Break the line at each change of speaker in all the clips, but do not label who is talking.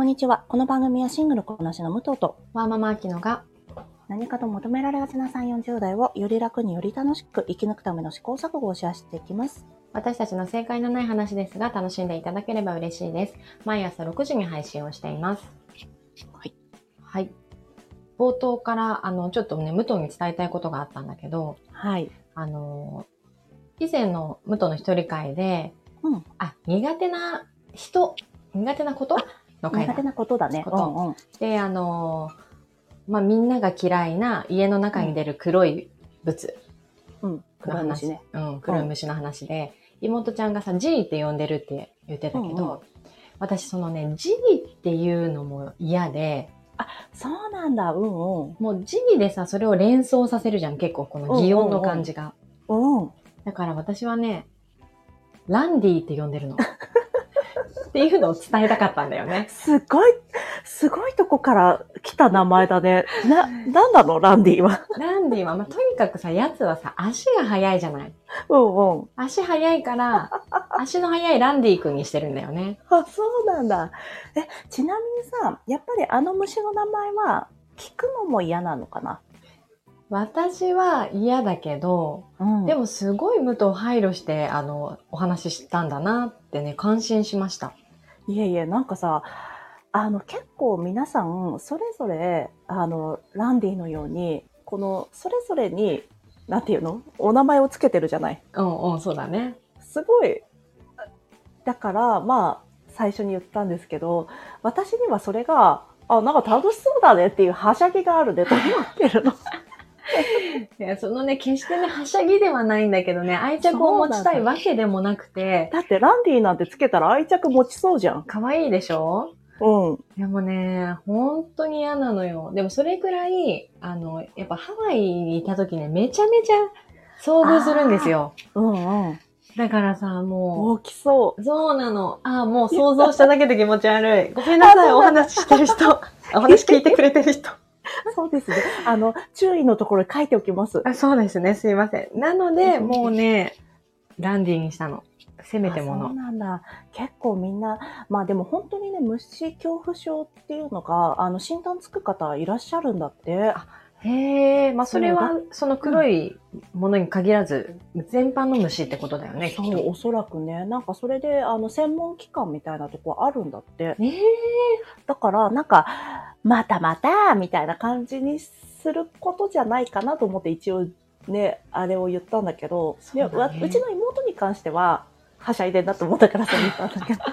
にちは。この番組はシングルこなしの武藤と
ワーママアキノが
何かと求められがちな3、40代をより楽により楽しく生き抜くための試行錯誤をシェアしていきます。
私たちの正解のない話ですが楽しんでいただければ嬉しいです。毎朝6時に配信をしています。
はい。
はい。冒頭からちょっとね、武藤に伝えたいことがあったんだけど、
はい。
以前の武藤の一人会で、苦手なことの会だ。
苦手なことだね。
で、みんなが嫌いな家の中に出る黒い物。
黒い虫ね。
黒い虫の話で、妹ちゃんがさ、ジーって呼んでるって言ってたけど、私そのね、ジーっていうのも嫌で、
そうなんだ。
もうジーでさ、それを連想させるじゃん、結構この擬音の感じが。だから私はね、ランディって呼んでるの。っていうのを伝えたかったんだよね。
すごいとこから来た名前だね。なんなのランディは。
ランディは、とにかくさ、やつはさ、足が速いじゃない。足速いから、足の速いランディ君にしてるんだよね。
そうなんだ。ちなみにさ、やっぱりあの虫の名前は聞くのも嫌なのかな？
私は嫌だけど、でもすごい武藤配慮してお話ししたんだなってね、感心しました。
いえ、なんかさ、結構皆さんそれぞれランディのようにこのそれぞれになんていうのお名前をつけてるじゃない。
そうだね。
すごい。だから最初に言ったんですけど、私にはそれがなんか楽しそうだねっていうはしゃぎがあるねと思ってるの。
いや、そのね、決してね、はしゃぎではないんだけどね、愛着を持ちたいわけでもなくて。
だってランディなんてつけたら愛着持ちそうじゃん。
可愛いでしょ？でもね、本当に嫌なのよ。でもそれくらい、やっぱハワイにいた時ね、めちゃめちゃ遭遇するんですよ。だからさ、もう。
大きそう。
そうなの。もう想像しただけで気持ち悪い。ごめんなさい、お話ししてる人。お話聞いてくれてる人。
そうですね。注意のところに書いておきます。
そうですね。すいません。なので、もうね、ランディにしたの。せめてもの。
そうなんだ。結構みんな、でも本当にね、虫恐怖症っていうのが、診断つく方いらっしゃるんだって。
へえ、それは、その黒いものに限らず、全般の虫ってことだよね、
そう、おそらくね。なんかそれで、専門機関みたいなとこあるんだって。だから、なんか、またみたいな感じにすることじゃないかなと思って一応ね、あれを言ったんだけど、うちの妹に関しては、はしゃいでんだと思ったからそう言ったんだけど。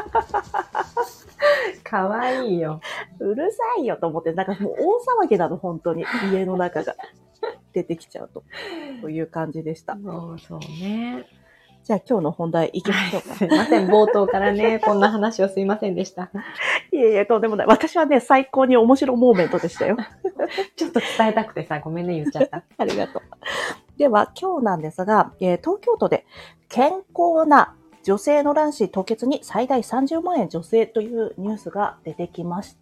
かわいいよ。
うるさいよと思って、なんかもう大騒ぎなの、本当に。家の中が出てきちゃうという感じでした。
そうね。
じゃあ今日の本題行きましょうか。
すいません、冒頭からね、こんな話をすいませんでした。
いえ、とんでもない。私はね、最高に面白モーメントでしたよ。
ちょっと伝えたくてさ、ごめんね、言っちゃった。
ありがとう。では、今日なんですが、東京都で健康な女性の卵子凍結に最大30万円助成というニュースが出てきました。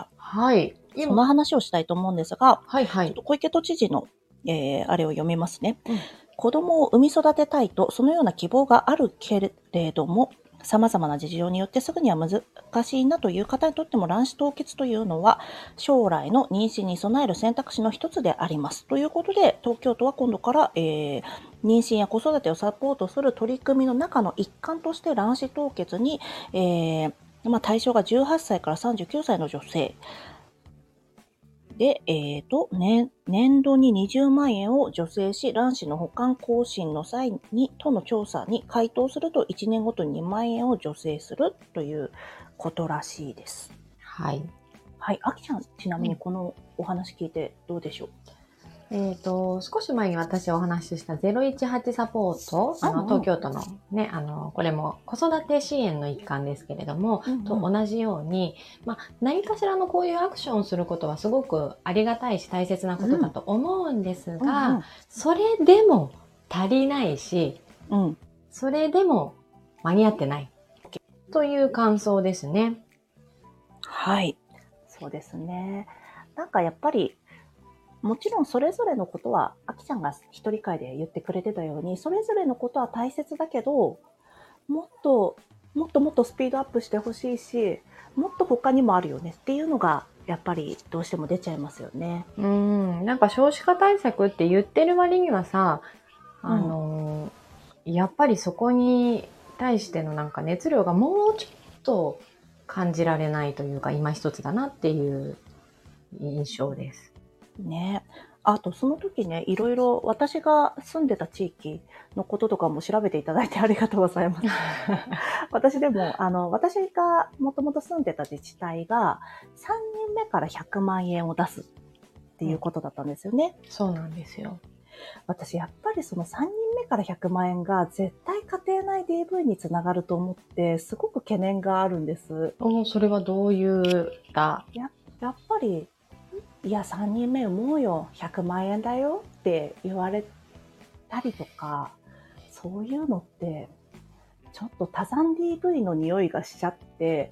はい。
その話をしたいと思うんですが、
ちょ
っと小池都知事の、あれを読みますね。子供を産み育てたいと、そのような希望があるけれども、様々な事情によってすぐには難しいなという方にとっても卵子凍結というのは将来の妊娠に備える選択肢の一つであります。ということで、東京都は今度から、妊娠や子育てをサポートする取り組みの中の一環として卵子凍結に、対象が18歳から39歳の女性、で、年度に20万円を助成し、卵子の保管更新の際に、都の調査に回答すると1年ごとに2万円を助成するということらしいです。
はい。
はい。あきちゃん、ちなみにこのお話聞いてどうでしょう？
少し前に私お話しした018サポート、東京都のね、これも子育て支援の一環ですけれども、と同じように、何かしらのこういうアクションをすることはすごくありがたいし大切なことだと思うんですが、それでも足りないし、それでも間に合ってないという感想ですね。
はい。そうですね。なんかやっぱり、もちろんそれぞれのことは、あきちゃんが一人会で言ってくれてたように、それぞれのことは大切だけど、もっともっともっとスピードアップしてほしいし、もっと他にもあるよねっていうのが、やっぱりどうしても出ちゃいますよね。
なんか少子化対策って言ってる割にはさ、やっぱりそこに対してのなんか熱量がもうちょっと感じられないというか、今一つだなっていう印象です。
ね。あと、その時ね、いろいろ私が住んでた地域のこととかも調べていただいてありがとうございます。私でも、私がもともと住んでた自治体が3人目から100万円を出すっていうことだったんですよね。
そうなんですよ。
私、やっぱりその3人目から100万円が絶対家庭内 DV につながると思って、すごく懸念があるんです。
それはどういう
やっぱり、いや、3人目産もうよ、100万円だよって言われたりとか、そういうのって、ちょっと多産 DV の匂いがしちゃって、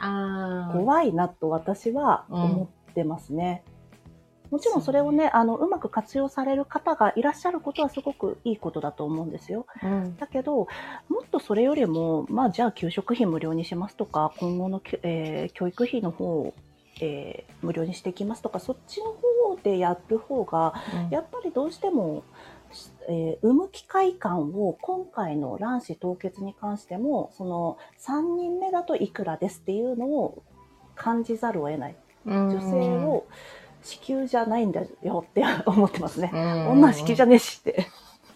怖いなと私は思ってますね。もちろんそれをね、うまく活用される方がいらっしゃることはすごくいいことだと思うんですよ。だけど、もっとそれよりも、じゃあ給食費無料にしますとか、今後の、教育費の方を無料にしていきますとか、そっちの方でやる方が、やっぱりどうしても、産む機会感を今回の卵子凍結に関しても、その3人目だといくらですっていうのを感じざるを得ない。女性を子宮じゃないんだよって思ってますね。女子宮じゃねえしって。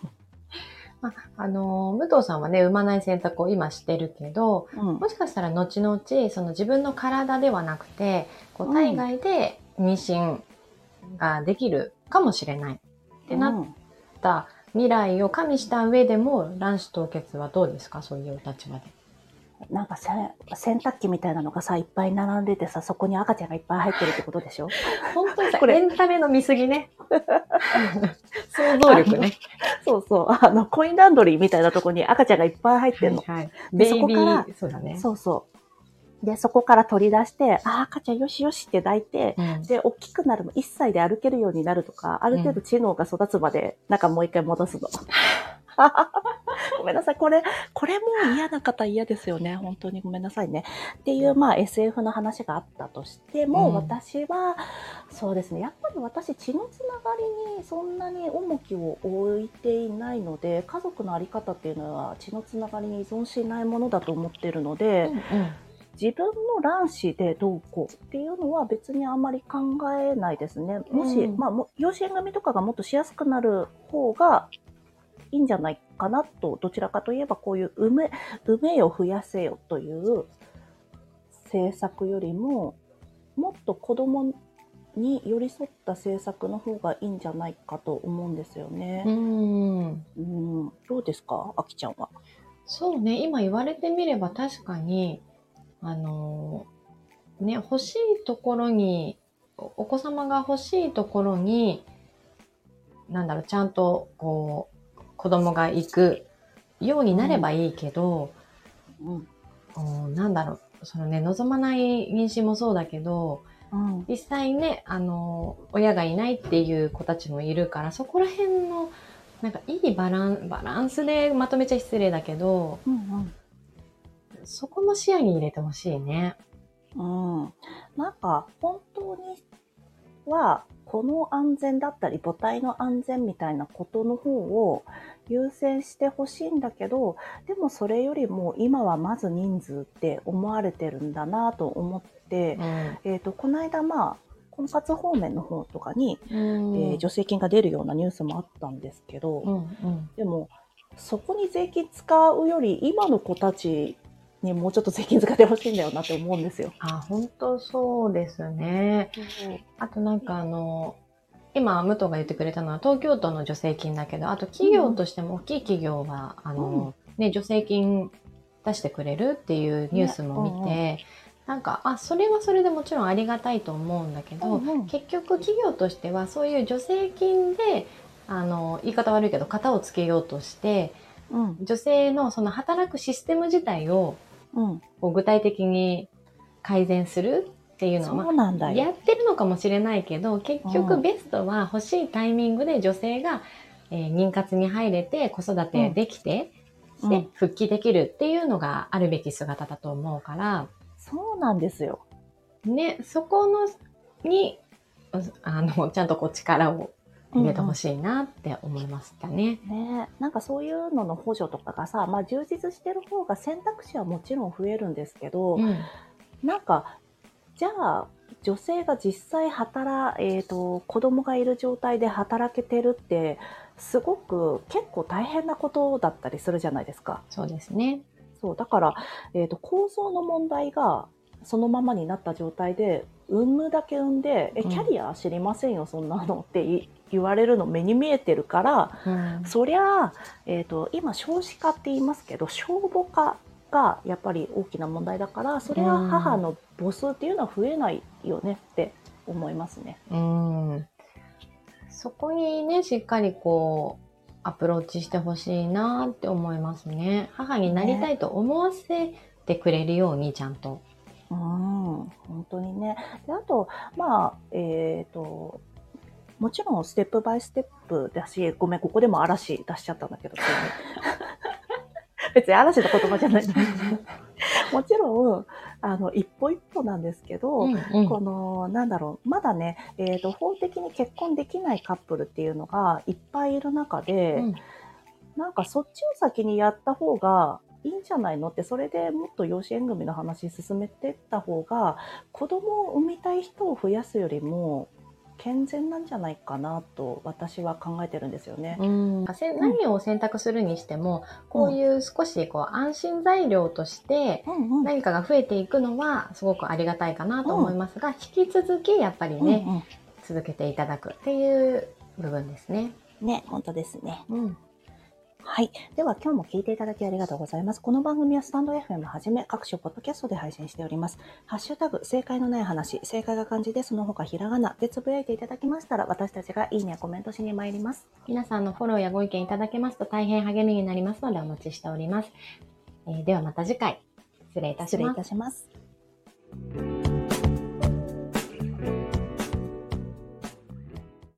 武藤さんはね、産まない選択を今してるけど、もしかしたら後々、その自分の体ではなくて、体外で妊娠ができるかもしれないってなった未来を加味した上でも、卵子凍結はどうですか？そういうお立場で。
なんか洗濯機みたいなのがさ、いっぱい並んでてさ、そこに赤ちゃんがいっぱい入ってるってことでしょ？
本当にさ、これエンタメの見過ぎね。想像力ね。
そうそう。コインランドリーみたいなとこに赤ちゃんがいっぱい入ってるの。
ベイビー、そうだね。
そうそう。で、そこから取り出して、赤ちゃんよしよしって抱いて、で、大きくなるも1歳で歩けるようになるとか、ある程度知能が育つまで、なんかもう一回戻すの。ごめんなさい。これも嫌な方嫌ですよね。本当にごめんなさいね。っていう、SF の話があったとしても、私は、そうですね。やっぱり私、血のつながりにそんなに重きを置いていないので、家族のあり方っていうのは血のつながりに依存しないものだと思っているので、自分の卵子でどうこうっていうのは別にあんまり考えないですね。もし、養子縁組とかがもっとしやすくなる方がいいんじゃないかなと、どちらかといえばこういう産めを増やせよという政策よりも、もっと子供に寄り添った政策の方がいいんじゃないかと思うんですよね。どうですか、あきちゃんは。
そうね、今言われてみれば確かに、欲しいところに、お子様が欲しいところに、ちゃんと、子供が行くようになればいいけど、望まない妊娠もそうだけど、実際ね、親がいないっていう子たちもいるから、そこら辺の、いいバランスでまとめちゃ失礼だけど、そこも視野に入れてほしいね。
本当には、この安全だったり、母体の安全みたいなことの方を優先してほしいんだけど、でもそれよりも今はまず人数って思われてるんだなと思って、この間婚活方面の方とかに、助成金が出るようなニュースもあったんですけど、でもそこに税金使うより今の子たちにもうちょっと税金使ってほしいんだよなって思うんですよ。
本当そうですね。あと今、武藤が言ってくれたのは東京都の助成金だけど、あと企業としても大きい企業は、助成金出してくれるっていうニュースも見て、それはそれでもちろんありがたいと思うんだけど、結局企業としてはそういう助成金で、言い方悪いけど、型をつけようとして、女性のその働くシステム自体を、具体的に改善するっていうのは、やってるのかもしれないけど、結局ベストは欲しいタイミングで女性が、妊活に入れて子育てできて、 して復帰できるっていうのがあるべき姿だと思うから、
そうなんですよ。
ね、そこに、ちゃんとこう力を入れてほしいなって思いましたね。
ね、なんかそういうのの補助とかがさ、充実してる方が選択肢はもちろん増えるんですけど、なんか、じゃあ、女性が実際子供がいる状態で働けてるって、すごく結構大変なことだったりするじゃないですか。
そうですね。
そう、だから、構造の問題がそのままになった状態で、産むだけ産んで、キャリア知りませんよ、そんなのって言われるの目に見えてるから、そりゃあ、今少子化って言いますけど、少母化がやっぱり大きな問題だから、それは母の母数っていうのは増えないよねって思いますね。
そこにね、しっかりこう、アプローチしてほしいなって思いますね。母になりたいと思わせてくれるように、ちゃんと。
本当にね。で、あと、もちろんステップバイステップだし、ごめん、ここでも嵐出しちゃったんだけど、別に嵐の言葉じゃないんだけど、もちろん、一歩一歩なんですけど、この、まだね、法的に結婚できないカップルっていうのがいっぱいいる中で、なんかそっちを先にやった方がいいんじゃないのって、それでもっと養子縁組の話進めてった方が、子供を産みたい人を増やすよりも、健全なんじゃないかなと私は考えてるんですよね。
何を選択するにしても、こういう少しこう安心材料として何かが増えていくのはすごくありがたいかなと思いますが、引き続きやっぱりね、続けていただくっていう部分ですね。
ね、本当ですね。はい。では今日も聞いていただきありがとうございます。この番組はスタンド FM はじめ各種ポッドキャストで配信しております。ハッシュタグ、正解のない話、正解が漢字でその他ひらがなでつぶやいていただきましたら、私たちがいいねやコメントしに参ります。
皆さんのフォローやご意見いただけますと大変励みになりますのでお待ちしております。ではまた次回、失礼いたします。
失礼いたします。